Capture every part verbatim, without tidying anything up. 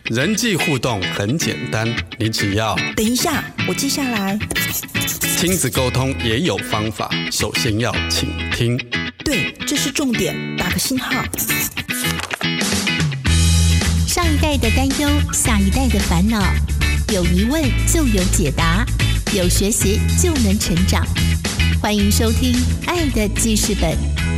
人际互动很简单，你只要等一下，我记下来。 亲子沟通也有方法，首先要倾听。 对，这是重点，打个星号。 上一代的担忧，下一代的烦恼，有疑问就有解答，有学习就能成长。欢迎收听《爱的记事本》。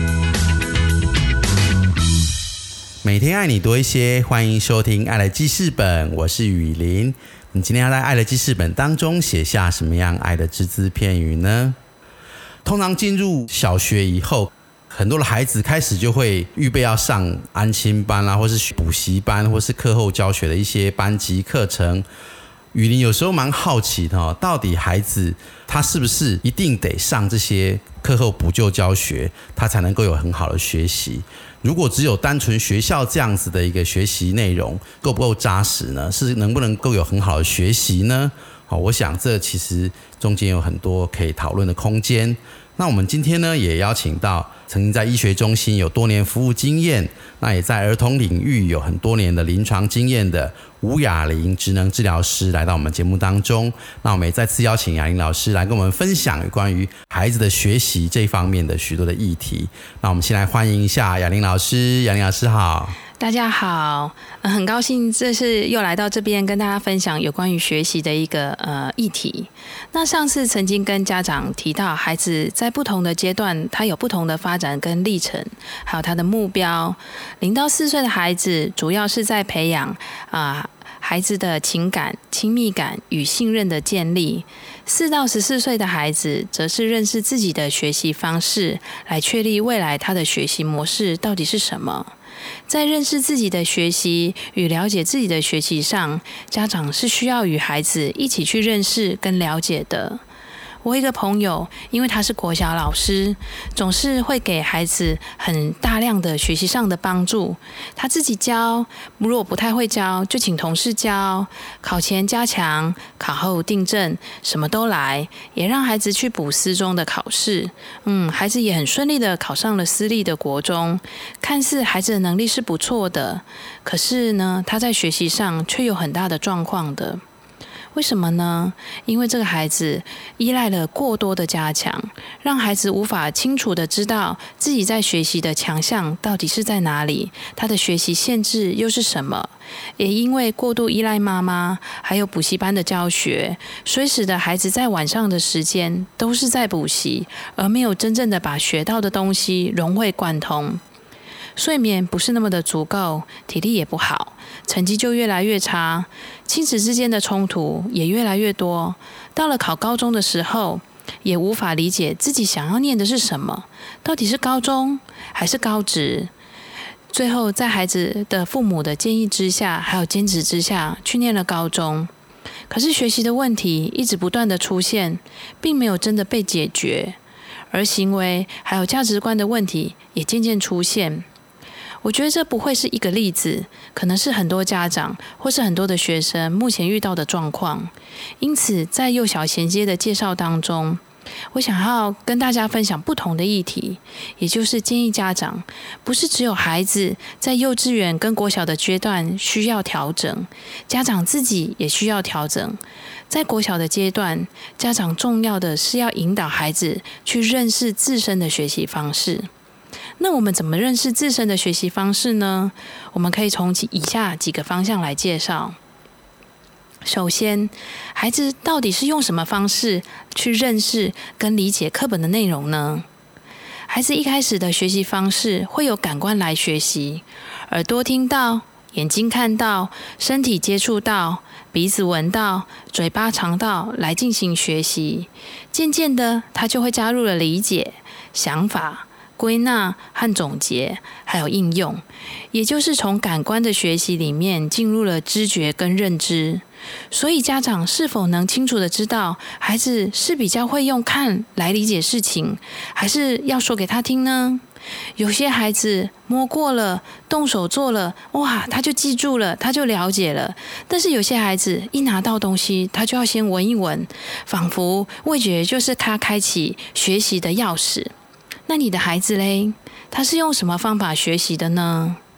每天爱你多一些，欢迎收听《爱的记事本》，我是雨林。你今天要在《爱的记事本》当中写下什么样爱的只字片语呢？通常进入小学以后，很多的孩子开始就会预备要上安亲班啦，或是补习班，或是课后教学的一些班级课程。雨林有时候蛮好奇的，到底孩子他是不是一定得上这些课后补救教学，他才能够有很好的学习？如果只有单纯学校这样子的一个学习内容，够不够扎实呢？是能不能够有很好的学习呢？我想这其实中间有很多可以讨论的空间。那我们今天呢，也邀请到曾经在医学中心有多年服务经验，那也在儿童领域有很多年的临床经验的吴雅玲职能治疗师来到我们节目当中。那我们也再次邀请雅玲老师来跟我们分享关于孩子的学习这方面的许多的议题。那我们先来欢迎一下雅玲老师。雅玲老师好。 大家好，呃、很高兴这次又来到这边跟大家分享有关于学习的一个呃议题。那上次曾经跟家长提到，孩子在不同的阶段，他有不同的发展跟历程，还有他的目标。零到四岁的孩子，主要是在培养啊、呃、孩子的情感、亲密感与信任的建立。四到十四岁的孩子，则是认识自己的学习方式，来确立未来他的学习模式到底是什么。在认识自己的学习与了解自己的学习上，家长是需要与孩子一起去认识跟了解的。我有一个朋友，因为他是国小老师，总是会给孩子很大量的学习上的帮助。他自己教，如果不太会教，就请同事教。考前加强，考后订正，什么都来，也让孩子去补私中的考试。嗯，孩子也很顺利的考上了私立的国中。看似孩子的能力是不错的，可是呢，他在学习上却有很大的状况的。为什么呢？因为这个孩子依赖了过多的加强，让孩子无法清楚的知道自己在学习的强项到底是在哪里，他的学习限制又是什么。也因为过度依赖妈妈还有补习班的教学，所以使得孩子在晚上的时间都是在补习，而没有真正的把学到的东西融会贯通。睡眠不是那么的足够，体力也不好，成绩就越来越差，亲子之间的冲突也越来越多。到了考高中的时候，也无法理解自己想要念的是什么，到底是高中还是高职。最后在孩子的父母的建议之下，还有坚持之下，去念了高中。可是学习的问题一直不断的出现，并没有真的被解决，而行为还有价值观的问题也渐渐出现。我觉得这不会是一个例子，可能是很多家长或是很多的学生目前遇到的状况。因此在幼小衔接的介绍当中，我想要跟大家分享不同的议题，也就是建议家长不是只有孩子在幼稚园跟国小的阶段需要调整，家长自己也需要调整。在国小的阶段，家长重要的是要引导孩子去认识自身的学习方式。那我们怎么认识自身的学习方式呢？我们可以从以下几个方向来介绍。首先，孩子到底是用什么方式去认识跟理解课本的内容呢？孩子一开始的学习方式会有感官来学习，耳朵听到，眼睛看到，身体接触到，鼻子闻到，嘴巴尝到来进行学习。渐渐的，他就会加入了理解、想法、归纳和总结，还有应用，也就是从感官的学习里面进入了知觉跟认知。所以家长是否能清楚的知道孩子是比较会用看来理解事情，还是要说给他听呢？有些孩子摸过了，动手做了，哇，他就记住了，他就了解了。但是有些孩子一拿到东西，他就要先闻一闻，仿佛味觉就是他开启学习的钥匙。那你的孩子嘞，他是用什么方法学习的呢？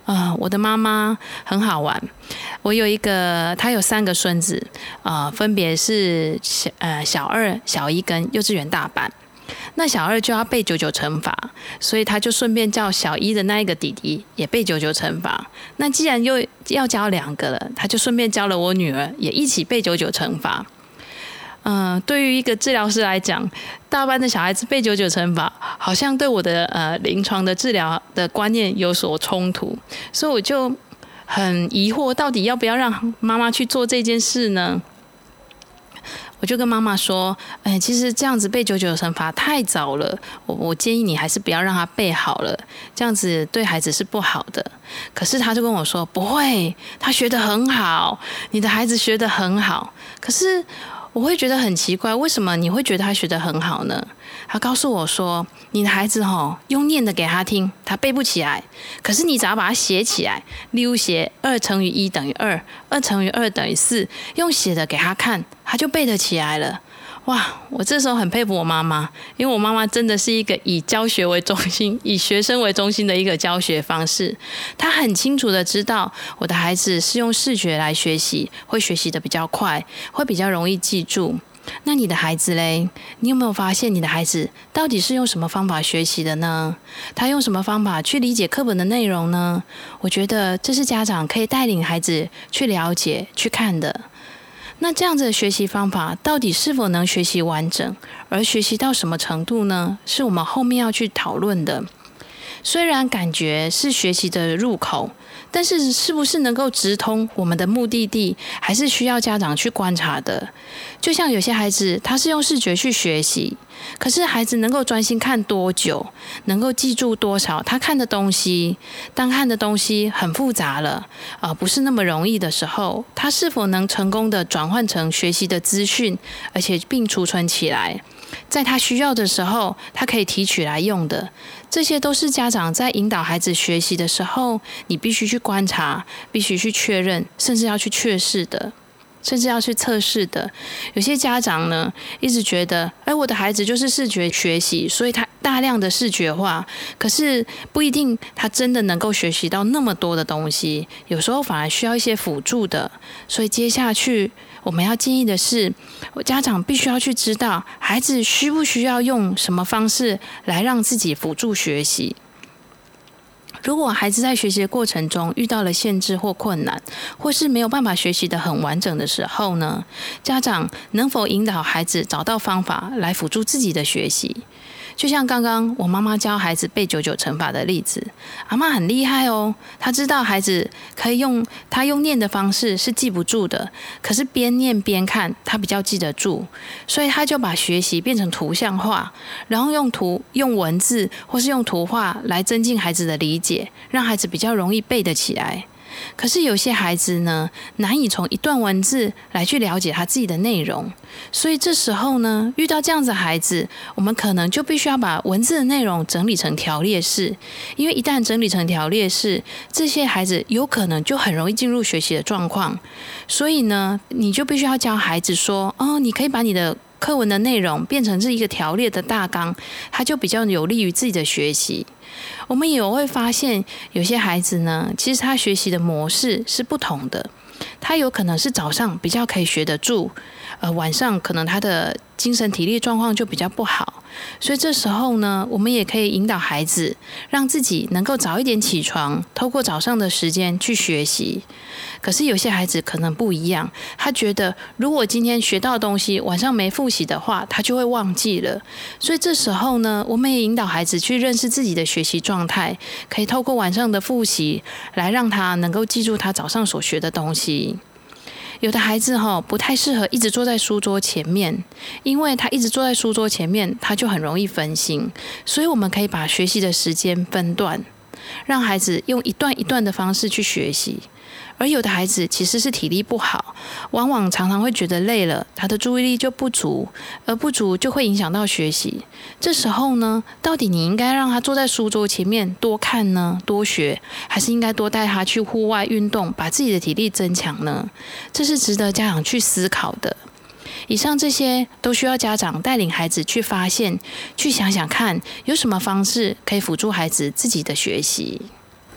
呃，我的妈妈很好玩。我有一个，她有三个孙子，呃，分别是小呃小二、小一跟幼稚园大班。那小二就要背九九乘法，所以他就顺便叫小一的那一个弟弟也背九九乘法。那既然又要教两个了，他就顺便教了我女儿也一起背九九乘法。嗯、呃，对于一个治疗师来讲，大班的小孩子背九九乘法，好像对我的呃临床的治疗的观念有所冲突，所以我就很疑惑，到底要不要让妈妈去做这件事呢？我就跟妈妈说，哎，其实这样子背九九乘法太早了，我我建议你还是不要让他背好了，这样子对孩子是不好的。可是他就跟我说，不会，他学得很好，你的孩子学得很好。可是我会觉得很奇怪，为什么你会觉得他学得很好呢？他告诉我说，你的孩子吼用念的给他听，他背不起来，可是你只要把它写起来，例如写二乘以一等于二，二乘以二等于四，用写的给他看，他就背得起来了。哇，我这时候很佩服我妈妈，因为我妈妈真的是一个以教学为中心、以学生为中心的一个教学方式。她很清楚的知道我的孩子是用视觉来学习，会学习的比较快，会比较容易记住。那你的孩子嘞？你有没有发现你的孩子到底是用什么方法学习的呢？他用什么方法去理解课本的内容呢？我觉得这是家长可以带领孩子去了解、去看的。那这样子的学习方法到底是否能学习完整，而学习到什么程度呢？是我们后面要去讨论的。虽然感觉是学习的入口，但是是不是能够直通我们的目的地，还是需要家长去观察的。就像有些孩子他是用视觉去学习，可是孩子能够专心看多久，能够记住多少他看的东西，当看的东西很复杂了，呃，不是那么容易的时候，他是否能成功的转换成学习的资讯，而且并储存起来，在他需要的时候他可以提取来用的。这些都是家长在引导孩子学习的时候，你必须去观察，必须去确认，甚至要去确试的，甚至要去测试的。有些家长呢，一直觉得，哎，我的孩子就是视觉学习，所以他大量的视觉化，可是不一定他真的能够学习到那么多的东西，有时候反而需要一些辅助的。所以接下去我们要建议的是，家长必须要去知道孩子需不需要用什么方式来让自己辅助学习。如果孩子在学习的过程中遇到了限制或困难，或是没有办法学习得很完整的时候呢，家长能否引导孩子找到方法来辅助自己的学习？就像刚刚我妈妈教孩子背九九乘法的例子，阿嬷很厉害哦，她知道孩子可以用她用念的方式是记不住的，可是边念边看，她比较记得住，所以她就把学习变成图像化，然后用图、用文字或是用图画来增进孩子的理解，让孩子比较容易背得起来。可是有些孩子呢，难以从一段文字来去了解他自己的内容，所以这时候呢，遇到这样子的孩子，我们可能就必须要把文字的内容整理成条列式，因为一旦整理成条列式，这些孩子有可能就很容易进入学习的状况。所以呢，你就必须要教孩子说，哦，你可以把你的课文的内容变成是一个条列的大纲，它就比较有利于自己的学习。我们也会发现，有些孩子呢，其实他学习的模式是不同的。他有可能是早上比较可以学得住，呃，晚上可能他的精神体力状况就比较不好。所以这时候呢，我们也可以引导孩子，让自己能够早一点起床，透过早上的时间去学习。可是有些孩子可能不一样，他觉得如果今天学到的东西晚上没复习的话，他就会忘记了。所以这时候呢，我们也引导孩子去认识自己的学习状态，可以透过晚上的复习来让他能够记住他早上所学的东西。有的孩子齁不太适合一直坐在书桌前面，因为他一直坐在书桌前面，他就很容易分心。所以我们可以把学习的时间分段，让孩子用一段一段的方式去学习。而有的孩子其实是体力不好，往往常常会觉得累了，他的注意力就不足，而不足就会影响到学习。这时候呢，到底你应该让他坐在书桌前面多看呢，多学，还是应该多带他去户外运动，把自己的体力增强呢？这是值得家长去思考的。以上这些都需要家长带领孩子去发现，去想想看有什么方式可以辅助孩子自己的学习。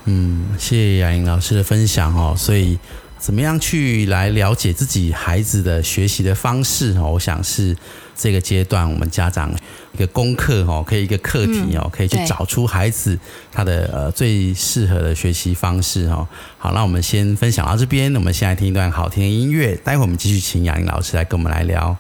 嗯，谢谢雅莹老师的分享哦。所以怎么样去来了解自己孩子的学习的方式哦，我想是这个阶段我们家长一个功课哦，可以一个课题哦，可以去找出孩子他的呃最适合的学习方式哦。好，那我们先分享到这边，我们现在听一段好听的音乐，待会我们继续请雅莹老师来跟我们来聊。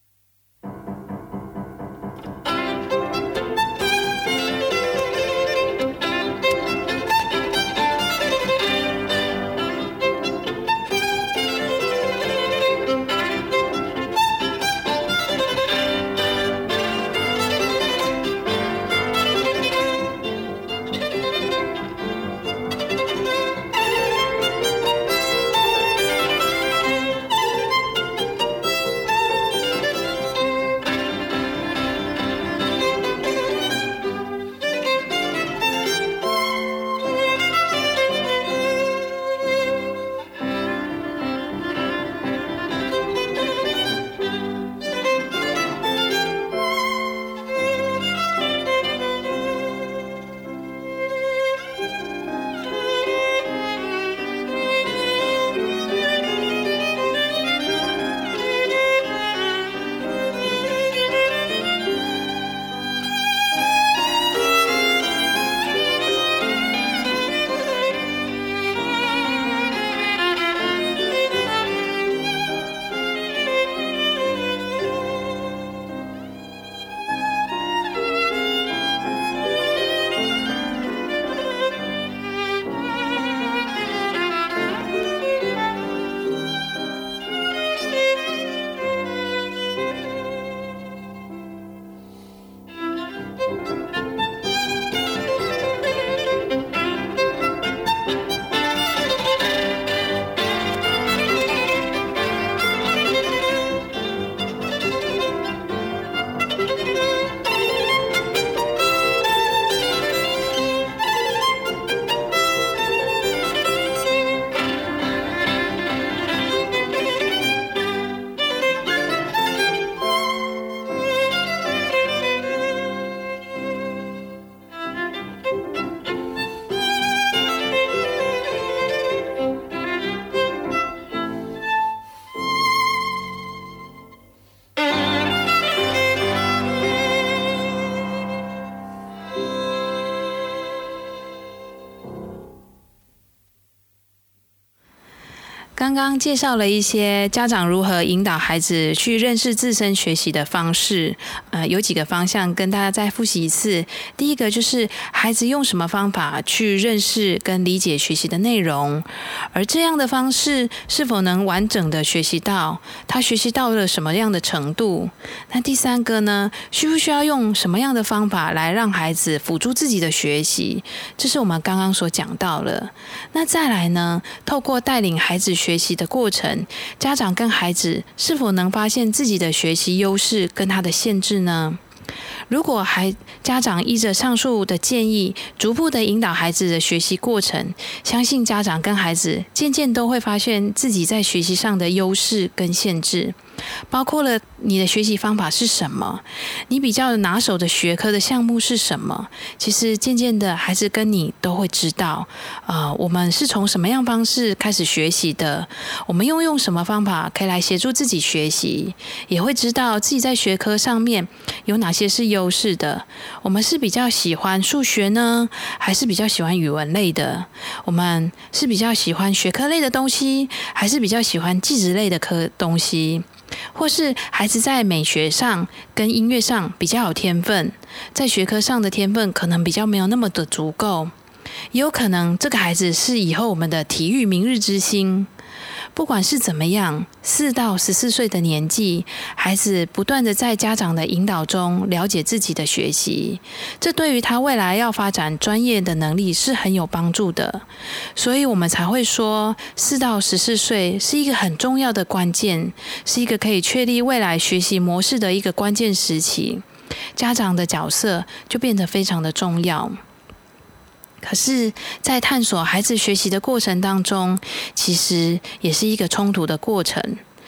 刚刚介绍了一些家长如何引导孩子去认识自身学习的方式，呃，有几个方向跟大家再复习一次。第一个就是孩子用什么方法去认识跟理解学习的内容，而这样的方式是否能完整的学习到，他学习到了什么样的程度。那第三个呢，需不需要用什么样的方法来让孩子辅助自己的学习，这是我们刚刚所讲到了。那再来呢，透过带领孩子学习的过程，家长跟孩子是否能发现自己的学习优势跟他的限制呢？如果孩家长依着上述的建议，逐步的引导孩子的学习过程，相信家长跟孩子渐渐都会发现自己在学习上的优势跟限制，包括了你的学习方法是什么，你比较拿手的学科的项目是什么。其实渐渐的，孩子跟你都会知道，呃，我们是从什么样方式开始学习的，我们用用什么方法可以来协助自己学习，也会知道自己在学科上面有哪些是优势的。我们是比较喜欢数学呢，还是比较喜欢语文类的？我们是比较喜欢学科类的东西，还是比较喜欢技职类的科东西？或是孩子在美学上跟音乐上比较有天分，在学科上的天分可能比较没有那么的足够，也有可能这个孩子是以后我们的体育明日之星。不管是怎么样，四到十四岁的年纪，孩子不断的在家长的引导中了解自己的学习，这对于他未来要发展专业的能力是很有帮助的。所以我们才会说，四到十四岁是一个很重要的关键，是一个可以确立未来学习模式的一个关键时期。家长的角色就变得非常的重要。可是在探索孩子学习的过程当中，其实也是一个冲突的过程。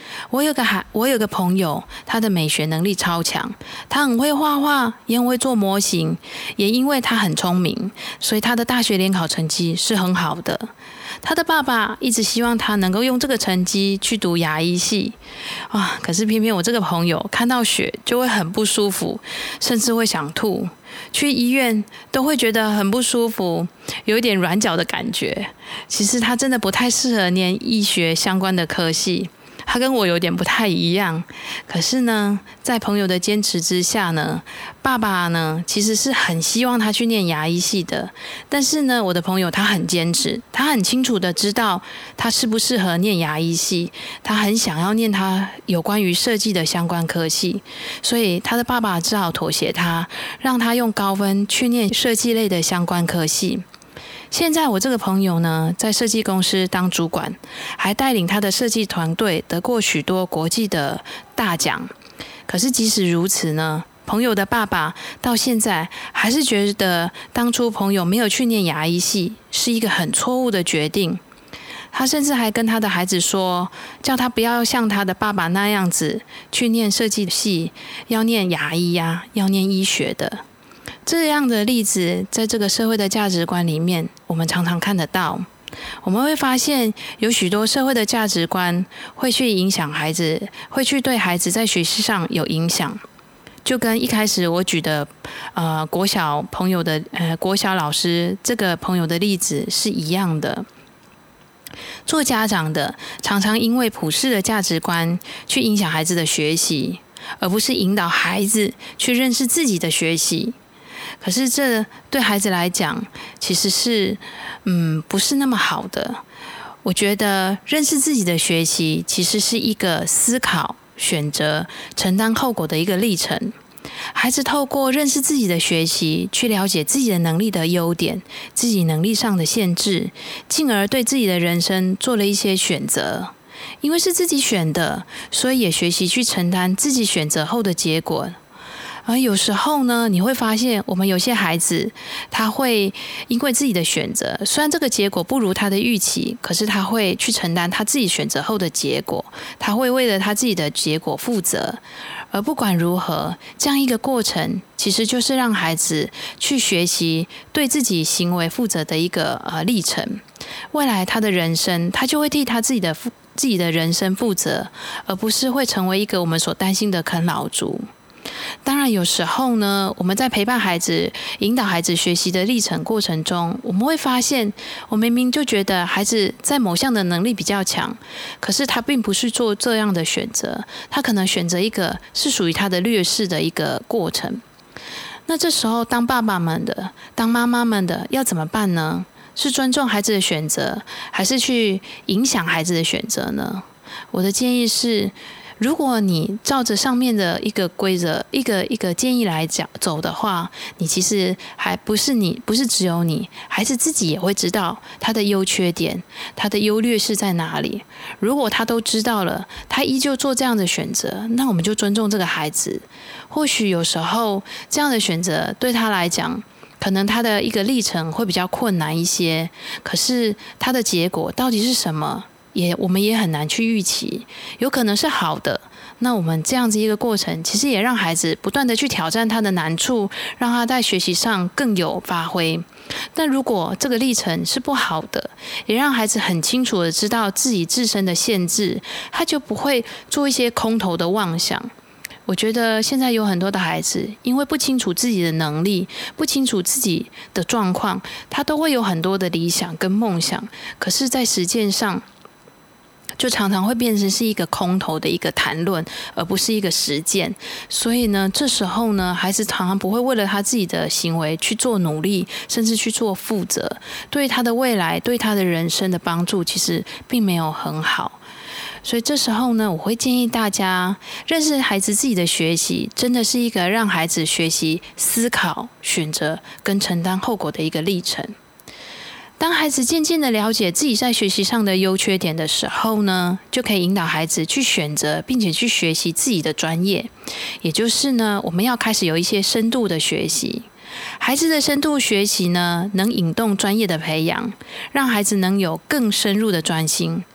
我有个孩，我有个朋友，他的美学能力超强，他很会画画，也很会做模型，也因为他很聪明，所以他的大学联考成绩是很好的。他的爸爸一直希望他能够用这个成绩去读牙医系啊，可是偏偏我这个朋友看到血就会很不舒服，甚至会想吐，去医院都会觉得很不舒服，有一点软脚的感觉。其实他真的不太适合念医学相关的科系，他跟我有点不太一样。可是呢，在朋友的坚持之下呢，爸爸呢其实是很希望他去念牙医系的。但是呢，我的朋友他很坚持，他很清楚的知道他适不适合念牙医系，他很想要念他有关于设计的相关科系，所以他的爸爸只好妥协他，让他用高分去念设计类的相关科系。现在我这个朋友呢，在设计公司当主管，还带领他的设计团队得过许多国际的大奖。可是即使如此呢，朋友的爸爸到现在还是觉得当初朋友没有去念牙医系是一个很错误的决定。他甚至还跟他的孩子说，叫他不要像他的爸爸那样子去念设计系，要念牙医呀、啊，要念医学的。这样的例子在这个社会的价值观里面，我们常常看得到。我们会发现有许多社会的价值观会去影响孩子，会去对孩子在学习上有影响。就跟一开始我举的呃国小朋友的呃国小老师这个朋友的例子是一样的。做家长的常常因为普世的价值观去影响孩子的学习，而不是引导孩子去认识自己的学习。可是这对孩子来讲其实是嗯不是那么好的。我觉得认识自己的学习其实是一个思考、选择、承担后果的一个历程。孩子透过认识自己的学习，去了解自己的能力的优点，自己能力上的限制，进而对自己的人生做了一些选择。因为是自己选的，所以也学习去承担自己选择后的结果。而有时候呢，你会发现我们有些孩子他会因为自己的选择，虽然这个结果不如他的预期，可是他会去承担他自己选择后的结果，他会为了他自己的结果负责。而不管如何，这样一个过程其实就是让孩子去学习对自己行为负责的一个呃历程。未来他的人生，他就会替他自己的负自己的人生负责，而不是会成为一个我们所担心的啃老族。当然有时候呢，我们在陪伴孩子、引导孩子学习的历程过程中，我们会发现，我明明就觉得孩子在某项的能力比较强，可是他并不是做这样的选择，他可能选择一个是属于他的劣势的一个过程。那这时候当爸爸们的、当妈妈们的要怎么办呢？是尊重孩子的选择，还是去影响孩子的选择呢？我的建议是，如果你照着上面的一个规则、一个一个建议来讲走的话，你其实还不是你，不是只有你，孩子自己也会知道他的优缺点，他的优劣势在哪里。如果他都知道了，他依旧做这样的选择，那我们就尊重这个孩子。或许有时候这样的选择对他来讲，可能他的一个历程会比较困难一些，可是他的结果到底是什么？也我们也很难去预期，有可能是好的。那我们这样子一个过程，其实也让孩子不断的去挑战他的难处，让他在学习上更有发挥。但如果这个历程是不好的，也让孩子很清楚的知道自己自身的限制，他就不会做一些空头的妄想。我觉得现在有很多的孩子，因为不清楚自己的能力，不清楚自己的状况，他都会有很多的理想跟梦想，可是在实践上就常常会变成是一个空头的一个谈论，而不是一个实践。所以呢，这时候呢，孩子常常不会为了他自己的行为去做努力，甚至去做负责，对他的未来、对他的人生的帮助，其实并没有很好。所以这时候呢，我会建议大家认识孩子自己的学习，真的是一个让孩子学习思考、选择跟承担后果的一个历程。当孩子渐渐的了解自己在学习上的优缺点的时候呢，就可以引导孩子去选择并且去学习自己的专业。也就是呢，我们要开始有一些深度的学习。孩子的深度学习呢，能引动专业的培养，让孩子能有更深入的专心。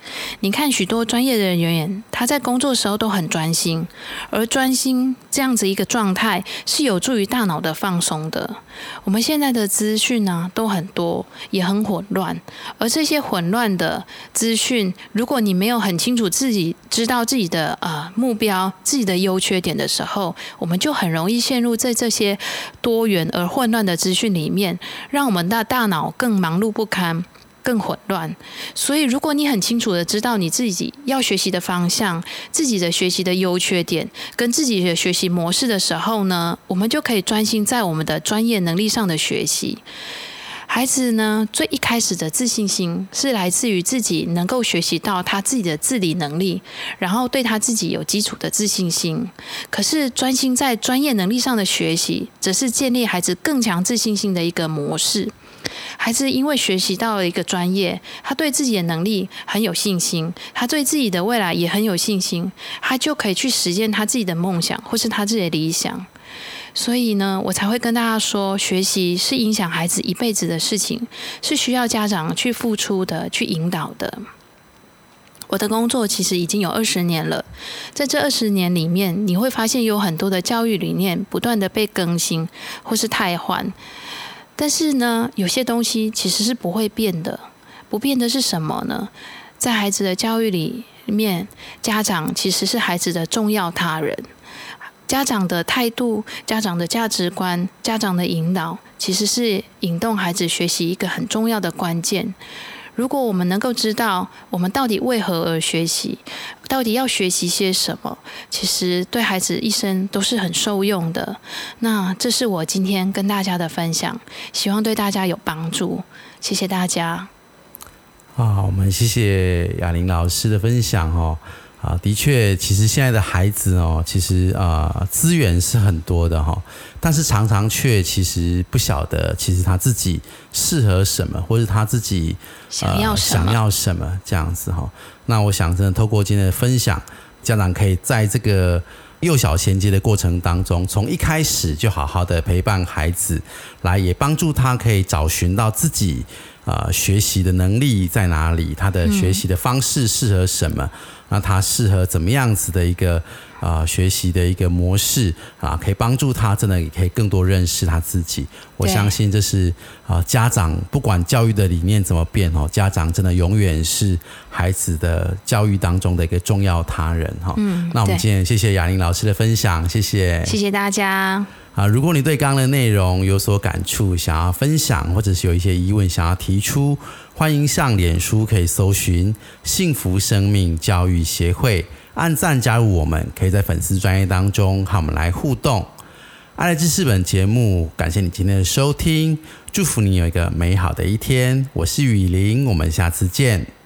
你看许多专业的人员，他在工作的时候都很专心，而专心这样子一个状态是有助于大脑的放松的。我们现在的资讯呢、啊、都很多，也很混乱，而这些混乱的资讯，如果你没有很清楚自己知道自己的呃目标、自己的优缺点的时候，我们就很容易陷入在这些多元而混乱的资讯里面，让我们的大脑更忙碌不堪，更混乱。所以如果你很清楚的知道你自己要学习的方向、自己的学习的优缺点跟自己的学习模式的时候呢，我们就可以专心在我们的专业能力上的学习。孩子呢，最一开始的自信心是来自于自己能够学习到他自己的自理能力，然后对他自己有基础的自信心。可是专心在专业能力上的学习，则是建立孩子更强自信心的一个模式。孩子因为学习到了一个专业，他对自己的能力很有信心，他对自己的未来也很有信心，他就可以去实现他自己的梦想或是他自己的理想。所以呢，我才会跟大家说，学习是影响孩子一辈子的事情，是需要家长去付出的，去引导的。我的工作其实已经有二十年了，在这二十年里面，你会发现有很多的教育理念不断的被更新或是汰换。但是呢，有些东西其实是不会变的。不变的是什么呢？在孩子的教育里面，家长其实是孩子的重要他人。家长的态度、家长的价值观、家长的引导，其实是引动孩子学习一个很重要的关键。如果我们能够知道我们到底为何而学习，到底要学习些什么，其实对孩子一生都是很受用的。那这是我今天跟大家的分享，希望对大家有帮助。谢谢大家。 啊，我们谢谢雅玲老师的分享哦。啊，的确，其实现在的孩子哦，其实啊资源是很多的哈、哦，但是常常却其实不晓得，其实他自己适合什么，或是他自己、呃、 想要什么， 想要什么这样子哈、哦。那我想真的透过今天的分享，家长可以在这个幼小衔接的过程当中，从一开始就好好的陪伴孩子，来也帮助他可以找寻到自己呃学习的能力在哪里，他的学习的方式适合什么。嗯，那他适合怎么样子的一个啊、呃、学习的一个模式啊，可以帮助他真的也可以更多认识他自己。我相信这是啊、呃、家长不管教育的理念怎么变哦，家长真的永远是孩子的教育当中的一个重要他人哈、哦。嗯，那我们今天谢谢雅玲老师的分享，谢谢， 谢谢大家。 啊，如果你对刚刚的内容有所感触，想要分享，或者是有一些疑问想要提出，欢迎上脸书可以搜寻幸福生命教育协会，按赞加入我们，可以在粉丝专页当中和我们来互动。爱的知识本节目，感谢你今天的收听，祝福你有一个美好的一天。我是雨林，我们下次见。